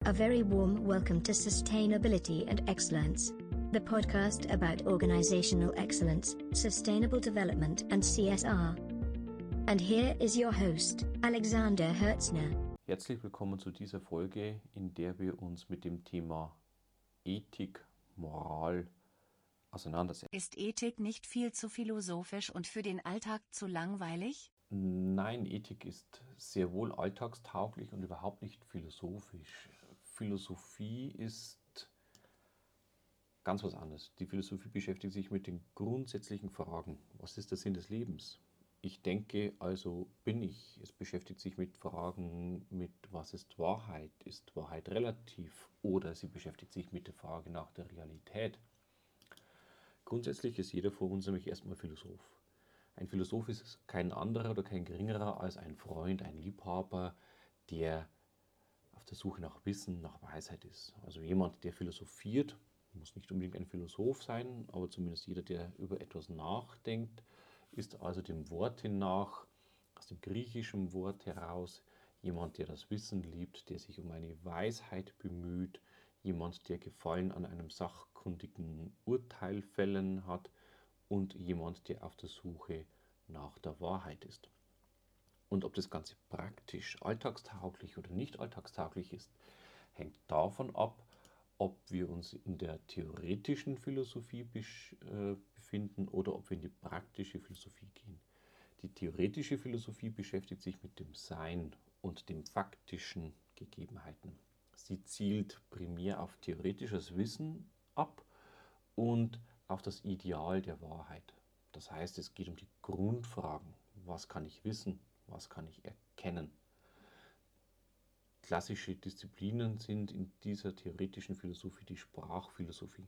A very warm welcome to Sustainability and Excellence, the podcast about organizational excellence, sustainable development and CSR. And here is your host, Alexander Hertzner. Herzlich willkommen zu dieser Folge, in der wir uns mit dem Thema Ethik, Moral auseinandersetzen. Ist Ethik nicht viel zu philosophisch und für den Alltag zu langweilig? Nein, Ethik ist sehr wohl alltagstauglich und überhaupt nicht philosophisch. Philosophie ist ganz was anderes. Die Philosophie beschäftigt sich mit den grundsätzlichen Fragen. Was ist der Sinn des Lebens? Ich denke, also bin ich. Es beschäftigt sich mit Fragen mit, was ist Wahrheit? Ist Wahrheit relativ? Oder sie beschäftigt sich mit der Frage nach der Realität. Grundsätzlich ist jeder von uns nämlich erstmal Philosoph. Ein Philosoph ist kein anderer oder kein geringerer als ein Freund, ein Liebhaber, der auf der Suche nach Wissen, nach Weisheit ist. Also jemand, der philosophiert, muss nicht unbedingt ein Philosoph sein, aber zumindest jeder, der über etwas nachdenkt, ist also dem Wort nach, aus dem griechischen Wort heraus, jemand, der das Wissen liebt, der sich um eine Weisheit bemüht, jemand, der Gefallen an einem sachkundigen Urteil fällen hat und jemand, der auf der Suche nach der Wahrheit ist. Und ob das Ganze praktisch, alltagstauglich oder nicht alltagstauglich ist, hängt davon ab, ob wir uns in der theoretischen Philosophie befinden oder ob wir in die praktische Philosophie gehen. Die theoretische Philosophie beschäftigt sich mit dem Sein und den faktischen Gegebenheiten. Sie zielt primär auf theoretisches Wissen ab und auf das Ideal der Wahrheit. Das heißt, es geht um die Grundfragen. Was kann ich wissen? Was kann ich erkennen? Klassische Disziplinen sind in dieser theoretischen Philosophie die Sprachphilosophie.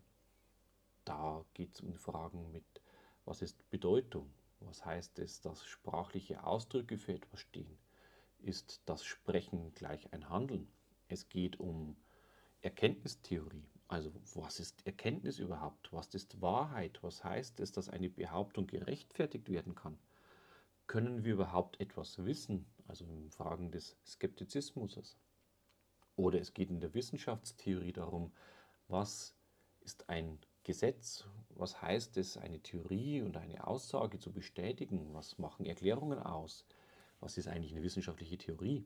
Da geht es um die Fragen mit, was ist Bedeutung? Was heißt es, dass sprachliche Ausdrücke für etwas stehen? Ist das Sprechen gleich ein Handeln? Es geht um Erkenntnistheorie. Also was ist Erkenntnis überhaupt? Was ist Wahrheit? Was heißt es, dass eine Behauptung gerechtfertigt werden kann? Können wir überhaupt etwas wissen? Also in Fragen des Skeptizismus. Oder es geht in der Wissenschaftstheorie darum, was ist ein Gesetz? Was heißt es, eine Theorie und eine Aussage zu bestätigen? Was machen Erklärungen aus? Was ist eigentlich eine wissenschaftliche Theorie?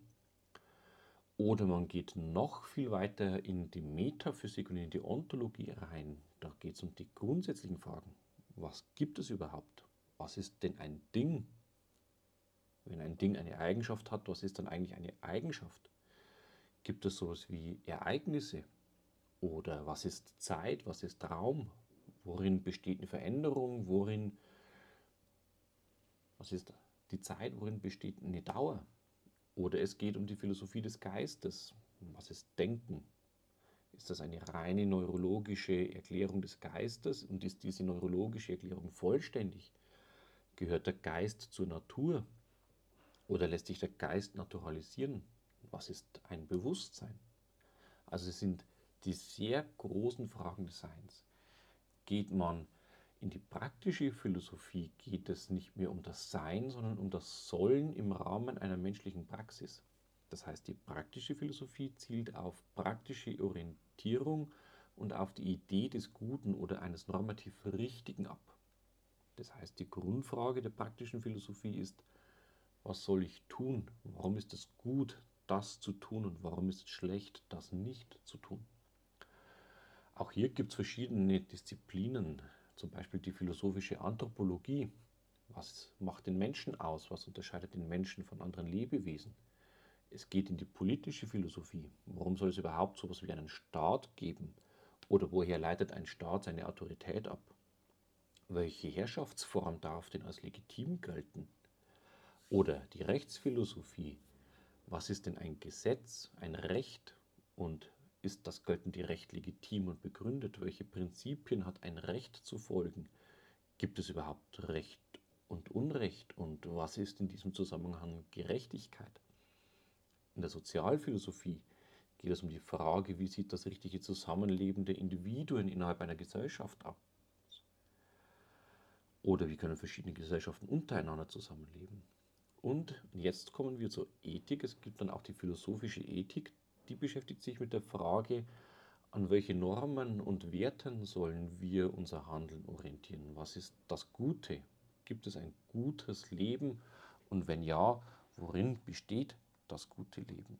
Oder man geht noch viel weiter in die Metaphysik und in die Ontologie rein. Da geht es um die grundsätzlichen Fragen. Was gibt es überhaupt? Was ist denn ein Ding? Wenn ein Ding eine Eigenschaft hat, was ist dann eigentlich eine Eigenschaft? Gibt es sowas wie Ereignisse? Oder was ist Zeit? Was ist Raum? Worin besteht eine Veränderung? Was ist die Zeit? Worin besteht eine Dauer? Oder es geht um die Philosophie des Geistes. Was ist Denken? Ist das eine reine neurologische Erklärung des Geistes? Und ist diese neurologische Erklärung vollständig? Gehört der Geist zur Natur? Oder lässt sich der Geist naturalisieren? Was ist ein Bewusstsein? Also es sind die sehr großen Fragen des Seins. Geht man in die praktische Philosophie, geht es nicht mehr um das Sein, sondern um das Sollen im Rahmen einer menschlichen Praxis. Das heißt, die praktische Philosophie zielt auf praktische Orientierung und auf die Idee des Guten oder eines normativ Richtigen ab. Das heißt, die Grundfrage der praktischen Philosophie ist, was soll ich tun? Warum ist es gut, das zu tun und warum ist es schlecht, das nicht zu tun? Auch hier gibt es verschiedene Disziplinen, zum Beispiel die philosophische Anthropologie. Was macht den Menschen aus? Was unterscheidet den Menschen von anderen Lebewesen? Es geht in die politische Philosophie. Warum soll es überhaupt so etwas wie einen Staat geben? Oder woher leitet ein Staat seine Autorität ab? Welche Herrschaftsform darf denn als legitim gelten? Oder die Rechtsphilosophie. Was ist denn ein Gesetz, ein Recht und ist das geltende Recht legitim und begründet? Welche Prinzipien hat ein Recht zu folgen? Gibt es überhaupt Recht und Unrecht? Und was ist in diesem Zusammenhang Gerechtigkeit? In der Sozialphilosophie geht es um die Frage, wie sieht das richtige Zusammenleben der Individuen innerhalb einer Gesellschaft aus? Oder wie können verschiedene Gesellschaften untereinander zusammenleben? Und jetzt kommen wir zur Ethik. Es gibt dann auch die philosophische Ethik. die beschäftigt sich mit der Frage, an welche Normen und Werten sollen wir unser Handeln orientieren? Was ist das Gute? Gibt es ein gutes Leben? Und wenn ja, worin besteht das gute Leben?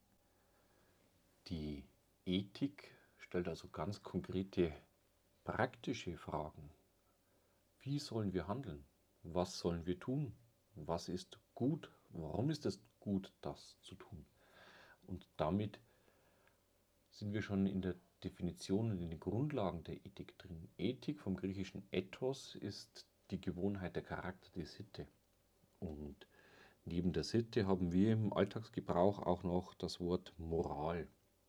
Die Ethik stellt also ganz konkrete, praktische Fragen. Wie sollen wir handeln? Was sollen wir tun? Was ist gut? Warum ist es gut, das zu tun? Und damit sind wir schon in der Definition und in den Grundlagen der Ethik drin. Ethik vom griechischen Ethos ist die Gewohnheit, der Charakter, die Sitte. Und neben der Sitte haben wir im Alltagsgebrauch auch noch das Wort Moral.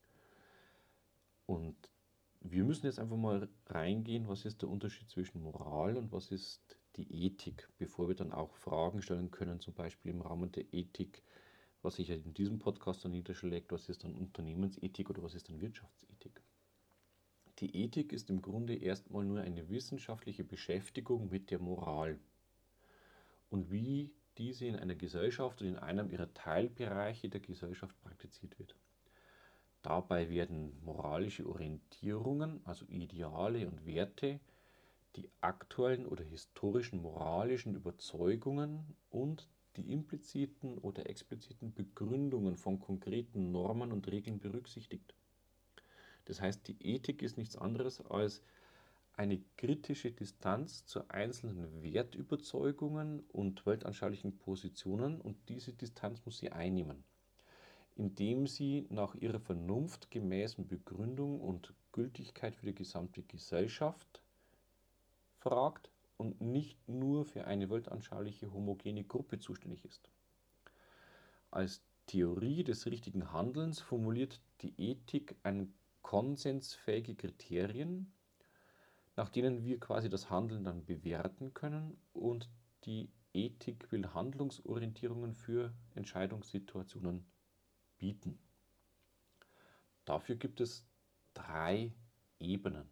Und wir müssen jetzt einfach mal reingehen, was ist der Unterschied zwischen Moral und was ist die Ethik, bevor wir dann auch Fragen stellen können, zum Beispiel im Rahmen der Ethik, was sich ja in diesem Podcast dann niederschlägt, was ist dann Unternehmensethik oder was ist dann Wirtschaftsethik. Die Ethik ist im Grunde erstmal nur eine wissenschaftliche Beschäftigung mit der Moral und wie diese in einer Gesellschaft und in einem ihrer Teilbereiche der Gesellschaft praktiziert wird. Dabei werden moralische Orientierungen, also Ideale und Werte, die aktuellen oder historischen moralischen Überzeugungen und die impliziten oder expliziten Begründungen von konkreten Normen und Regeln berücksichtigt. Das heißt, die Ethik ist nichts anderes als eine kritische Distanz zu einzelnen Wertüberzeugungen und weltanschaulichen Positionen, und diese Distanz muss sie einnehmen, indem sie nach ihrer vernunftgemäßen Begründung und Gültigkeit für die gesamte Gesellschaft fragt und nicht nur für eine weltanschauliche homogene Gruppe zuständig ist. Als Theorie des richtigen Handelns formuliert die Ethik konsensfähige Kriterien, nach denen wir quasi das Handeln dann bewerten können, und die Ethik will Handlungsorientierungen für Entscheidungssituationen bieten. Dafür gibt es 3 Ebenen.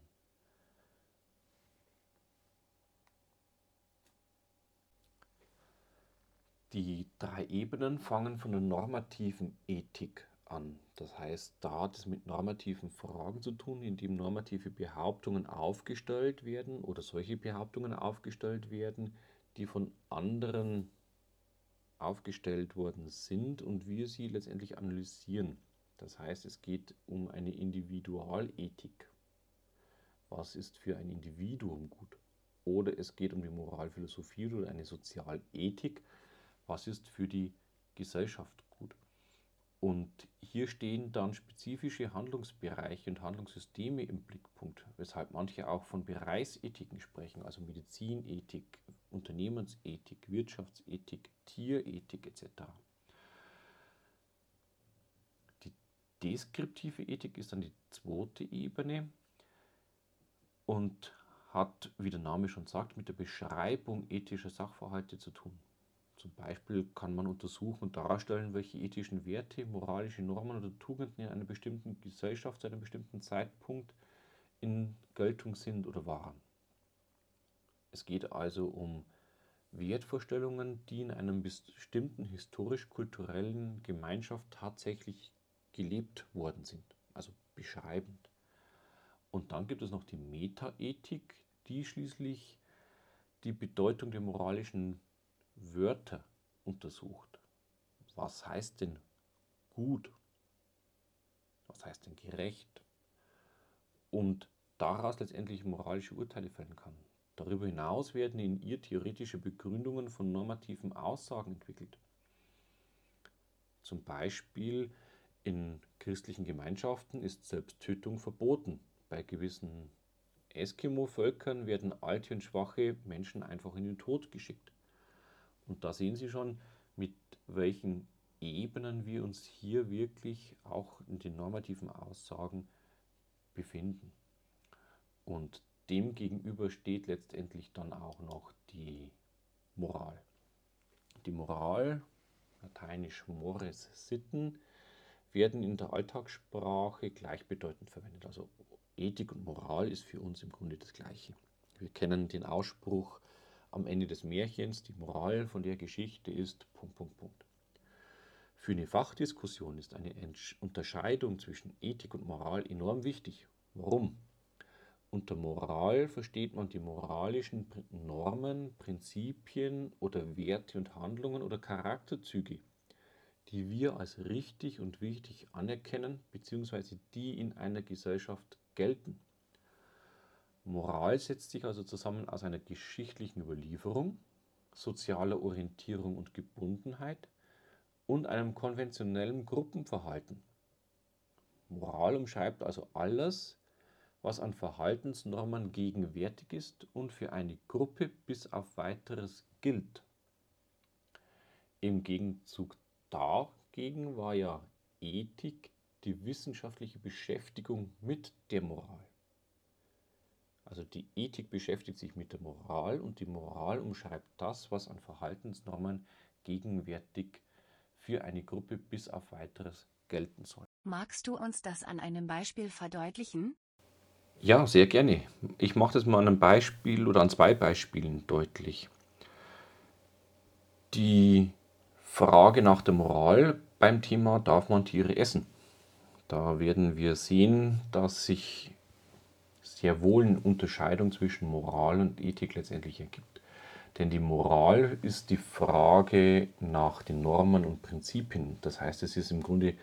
Die 3 Ebenen fangen von der normativen Ethik an. Das heißt, da hat es mit normativen Fragen zu tun, in dem normative Behauptungen aufgestellt werden oder solche Behauptungen aufgestellt werden, die von anderen aufgestellt worden sind und wir sie letztendlich analysieren. Das heißt, es geht um eine Individualethik. Was ist für ein Individuum gut? Oder es geht um die Moralphilosophie oder eine Sozialethik. Was ist für die Gesellschaft gut? Und hier stehen dann spezifische Handlungsbereiche und Handlungssysteme im Blickpunkt, weshalb manche auch von Bereichsethiken sprechen, also Medizinethik, Unternehmensethik, Wirtschaftsethik, Tierethik etc. Die deskriptive Ethik ist dann die 2. Ebene und hat, wie der Name schon sagt, mit der Beschreibung ethischer Sachverhalte zu tun. Zum Beispiel kann man untersuchen und darstellen, welche ethischen Werte, moralische Normen oder Tugenden in einer bestimmten Gesellschaft zu einem bestimmten Zeitpunkt in Geltung sind oder waren. Es geht also um Wertvorstellungen, die in einer bestimmten historisch-kulturellen Gemeinschaft tatsächlich gelebt worden sind, also beschreibend. Und dann gibt es noch die Metaethik, die schließlich die Bedeutung der moralischen Wörter untersucht. Was heißt denn gut? Was heißt denn gerecht? Und daraus letztendlich moralische Urteile fällen kann. Darüber hinaus werden in ihr theoretische Begründungen von normativen Aussagen entwickelt. Zum Beispiel in christlichen Gemeinschaften ist Selbsttötung verboten. Bei gewissen Eskimo-Völkern werden alte und schwache Menschen einfach in den Tod geschickt. Und da sehen Sie schon, mit welchen Ebenen wir uns hier wirklich auch in den normativen Aussagen befinden. Und dem gegenüber steht letztendlich dann auch noch die Moral. Die Moral, lateinisch mores sitten, werden in der Alltagssprache gleichbedeutend verwendet. Also Ethik und Moral ist für uns im Grunde das Gleiche. Wir kennen den Ausspruch am Ende des Märchens, die Moral von der Geschichte ist ... Für eine Fachdiskussion ist eine Unterscheidung zwischen Ethik und Moral enorm wichtig. Warum? Unter Moral versteht man die moralischen Normen, Prinzipien oder Werte und Handlungen oder Charakterzüge, die wir als richtig und wichtig anerkennen bzw. die in einer Gesellschaft gelten. Moral setzt sich also zusammen aus einer geschichtlichen Überlieferung, sozialer Orientierung und Gebundenheit und einem konventionellen Gruppenverhalten. Moral umschreibt also alles, was an Verhaltensnormen gegenwärtig ist und für eine Gruppe bis auf Weiteres gilt. Im Gegenzug dagegen war ja Ethik die wissenschaftliche Beschäftigung mit der Moral. Also die Ethik beschäftigt sich mit der Moral und die Moral umschreibt das, was an Verhaltensnormen gegenwärtig für eine Gruppe bis auf Weiteres gelten soll. Magst du uns das an einem Beispiel verdeutlichen? Ja, sehr gerne. Ich mache das mal an einem Beispiel oder an 2 Beispielen deutlich. Die Frage nach der Moral beim Thema darf man Tiere essen? Da werden wir sehen, dass sich sehr wohl eine Unterscheidung zwischen Moral und Ethik letztendlich ergibt. Denn die Moral ist die Frage nach den Normen und Prinzipien. Das heißt, es ist im Grunde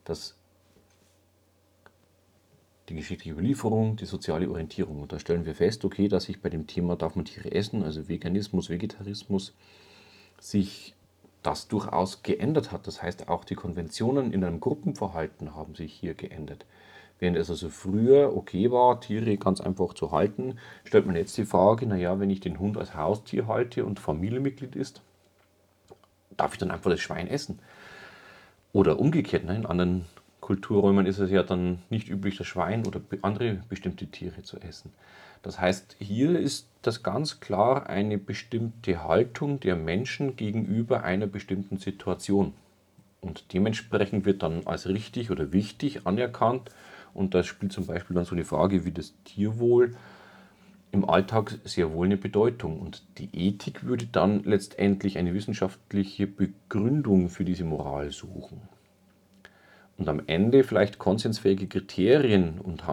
die geschichtliche Überlieferung, die soziale Orientierung. Und da stellen wir fest, okay, dass sich bei dem Thema darf man Tiere essen, also Veganismus, Vegetarismus, sich das durchaus geändert hat. Das heißt, auch die Konventionen in einem Gruppenverhalten haben sich hier geändert. Während es also früher okay war, Tiere ganz einfach zu halten, stellt man jetzt die Frage, naja, wenn ich den Hund als Haustier halte und Familienmitglied ist, darf ich dann einfach das Schwein essen? Oder umgekehrt, ne? In anderen Kulturräumen ist es ja dann nicht üblich, das Schwein oder andere bestimmte Tiere zu essen. Das heißt, hier ist das ganz klar eine bestimmte Haltung der Menschen gegenüber einer bestimmten Situation. Und dementsprechend wird dann als richtig oder wichtig anerkannt. Und das spielt zum Beispiel dann so eine Frage wie das Tierwohl im Alltag sehr wohl eine Bedeutung. Und die Ethik würde dann letztendlich eine wissenschaftliche Begründung für diese Moral suchen. Und am Ende vielleicht konsensfähige Kriterien und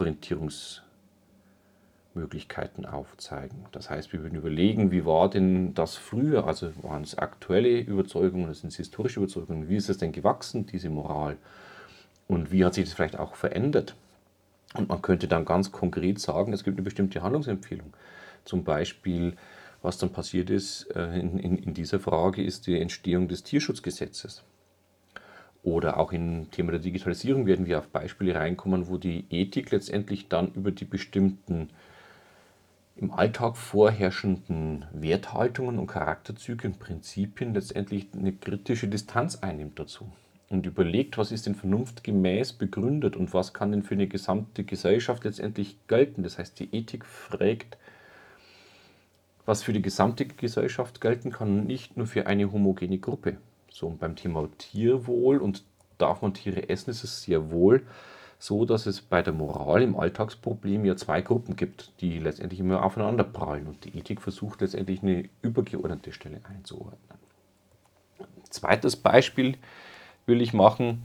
Handlungsorientierungsmöglichkeiten aufzeigen. Das heißt, wir würden überlegen, wie war denn das früher? Also waren es aktuelle Überzeugungen, sind es historische Überzeugungen? Wie ist es denn gewachsen, diese Moral? Und wie hat sich das vielleicht auch verändert? Und man könnte dann ganz konkret sagen, es gibt eine bestimmte Handlungsempfehlung. Zum Beispiel, was dann passiert ist in dieser Frage, ist die Entstehung des Tierschutzgesetzes. Oder auch im Thema der Digitalisierung werden wir auf Beispiele reinkommen, wo die Ethik letztendlich dann über die bestimmten im Alltag vorherrschenden Werthaltungen und Charakterzüge und Prinzipien letztendlich eine kritische Distanz einnimmt dazu und überlegt, was ist denn vernunftgemäß begründet und was kann denn für eine gesamte Gesellschaft letztendlich gelten. Das heißt, die Ethik fragt, was für die gesamte Gesellschaft gelten kann, nicht nur für eine homogene Gruppe. So, und beim Thema Tierwohl und darf man Tiere essen, ist es sehr wohl so, dass es bei der Moral im Alltagsproblem ja 2 Gruppen gibt, die letztendlich immer aufeinander prallen. Und die Ethik versucht letztendlich eine übergeordnete Stelle einzuordnen. Zweites Beispiel will ich machen.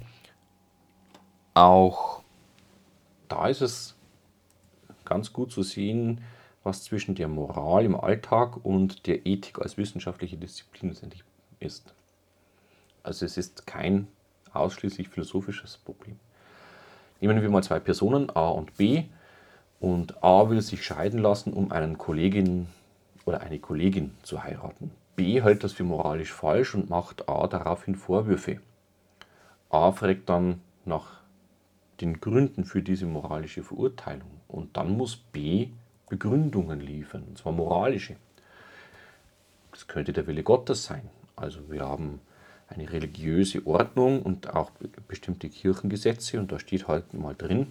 Auch da ist es ganz gut zu sehen, was zwischen der Moral im Alltag und der Ethik als wissenschaftliche Disziplin letztendlich ist. Also es ist kein ausschließlich philosophisches Problem. Nehmen wir mal 2 Personen, A und B, und A will sich scheiden lassen, um einen Kollegin oder eine Kollegin zu heiraten. B hält das für moralisch falsch und macht A daraufhin Vorwürfe. A fragt dann nach den Gründen für diese moralische Verurteilung und dann muss B Begründungen liefern, und zwar moralische. Das könnte der Wille Gottes sein. Also wir haben eine religiöse Ordnung und auch bestimmte Kirchengesetze und da steht halt mal drin,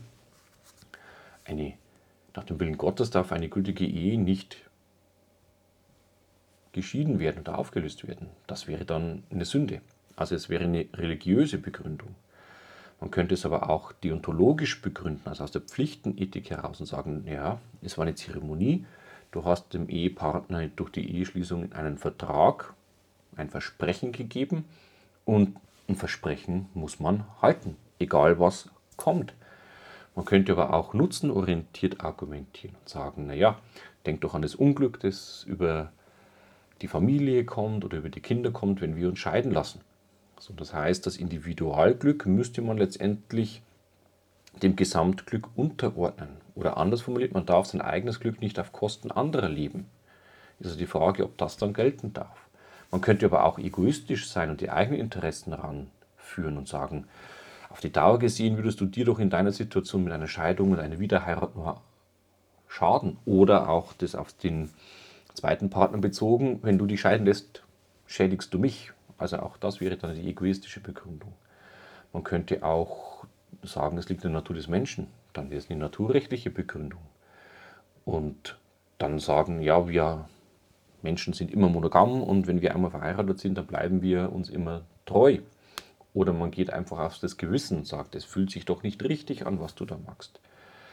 nach dem Willen Gottes darf eine gültige Ehe nicht geschieden werden oder aufgelöst werden. Das wäre dann eine Sünde. Also es wäre eine religiöse Begründung. Man könnte es aber auch deontologisch begründen, also aus der Pflichtenethik heraus und sagen, ja, es war eine Zeremonie, du hast dem Ehepartner durch die Eheschließung einen Vertrag, ein Versprechen gegeben und Ein Versprechen muss man halten, egal was kommt. Man könnte aber auch nutzenorientiert argumentieren und sagen, naja, denk doch an das Unglück, das über die Familie kommt oder über die Kinder kommt, wenn wir uns scheiden lassen. So, das heißt, das Individualglück müsste man letztendlich dem Gesamtglück unterordnen. Oder anders formuliert, man darf sein eigenes Glück nicht auf Kosten anderer leben. Ist also die Frage, ob das dann gelten darf. Man könnte aber auch egoistisch sein und die eigenen Interessen ranführen und sagen, auf die Dauer gesehen würdest du dir doch in deiner Situation mit einer Scheidung und einer Wiederheirat nur schaden. Oder auch das auf den zweiten Partner bezogen, wenn du dich scheiden lässt, schädigst du mich. Also auch das wäre dann die egoistische Begründung. Man könnte auch sagen, es liegt in der Natur des Menschen. Dann wäre es eine naturrechtliche Begründung. Und dann sagen, ja, wir Menschen sind immer monogam und wenn wir einmal verheiratet sind, dann bleiben wir uns immer treu. Oder man geht einfach auf das Gewissen und sagt, es fühlt sich doch nicht richtig an, was du da machst.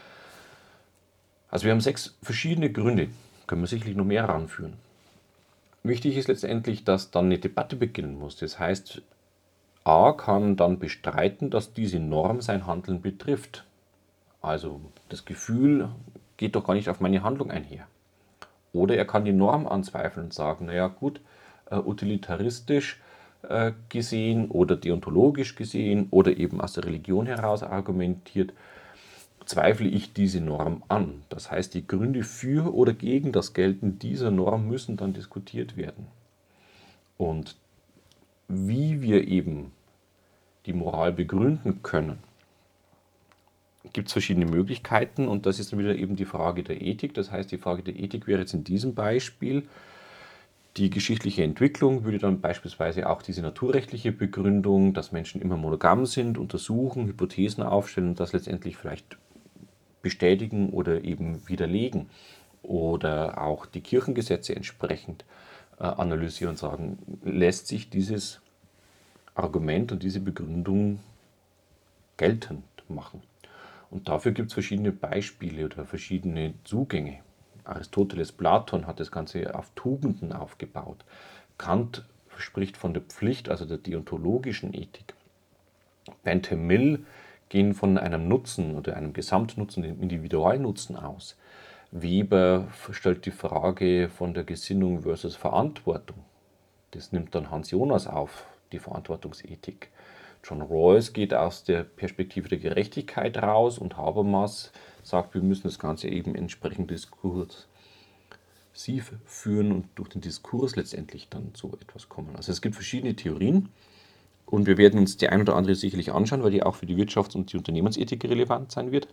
Also wir haben 6 verschiedene Gründe, können wir sicherlich noch mehr ranführen. Wichtig ist letztendlich, dass dann eine Debatte beginnen muss. Das heißt, A kann dann bestreiten, dass diese Norm sein Handeln betrifft. Also das Gefühl geht doch gar nicht auf meine Handlung einher. Oder er kann die Norm anzweifeln und sagen, naja gut, utilitaristisch gesehen oder deontologisch gesehen oder eben aus der Religion heraus argumentiert, zweifle ich diese Norm an. Das heißt, die Gründe für oder gegen das Gelten dieser Norm müssen dann diskutiert werden. Und wie wir eben die Moral begründen können, gibt es verschiedene Möglichkeiten und das ist dann wieder eben die Frage der Ethik. Das heißt, die Frage der Ethik wäre jetzt in diesem Beispiel, die geschichtliche Entwicklung würde dann beispielsweise auch diese naturrechtliche Begründung, dass Menschen immer monogam sind, untersuchen, Hypothesen aufstellen und das letztendlich vielleicht bestätigen oder eben widerlegen. Oder auch die Kirchengesetze entsprechend analysieren und sagen, lässt sich dieses Argument und diese Begründung geltend machen. Und dafür gibt es verschiedene Beispiele oder verschiedene Zugänge. Aristoteles, Platon hat das Ganze auf Tugenden aufgebaut. Kant spricht von der Pflicht, also der deontologischen Ethik. Bentham Mill gehen von einem Nutzen oder einem Gesamtnutzen, dem Individualnutzen aus. Weber stellt die Frage von der Gesinnung versus Verantwortung. Das nimmt dann Hans Jonas auf, die Verantwortungsethik. John Rawls geht aus der Perspektive der Gerechtigkeit raus und Habermas sagt, wir müssen das Ganze eben entsprechend diskursiv führen und durch den Diskurs letztendlich dann zu etwas kommen. Also es gibt verschiedene Theorien und wir werden uns die ein oder andere sicherlich anschauen, weil die auch für die Wirtschafts- und die Unternehmensethik relevant sein wird.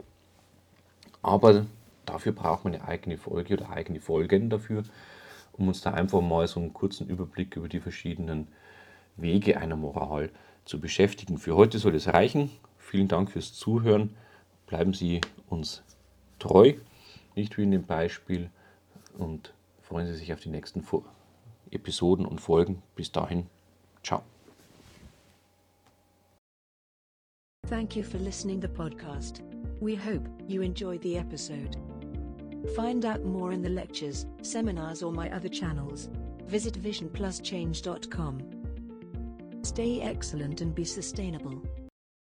Aber dafür braucht man eine eigene Folge oder eigene Folgen dafür, um uns da einfach mal so einen kurzen Überblick über die verschiedenen Wege einer Moral zu beschäftigen. Für heute soll es reichen. Vielen Dank fürs Zuhören. Bleiben Sie uns treu, nicht wie in dem Beispiel, und freuen Sie sich auf die nächsten Episoden und Folgen. Bis dahin, ciao. Thank you for listening to the podcast. We hope you enjoyed the episode. Find out more in the lectures, seminars or my other channels. Visit visionpluschange.com. Stay excellent and be sustainable.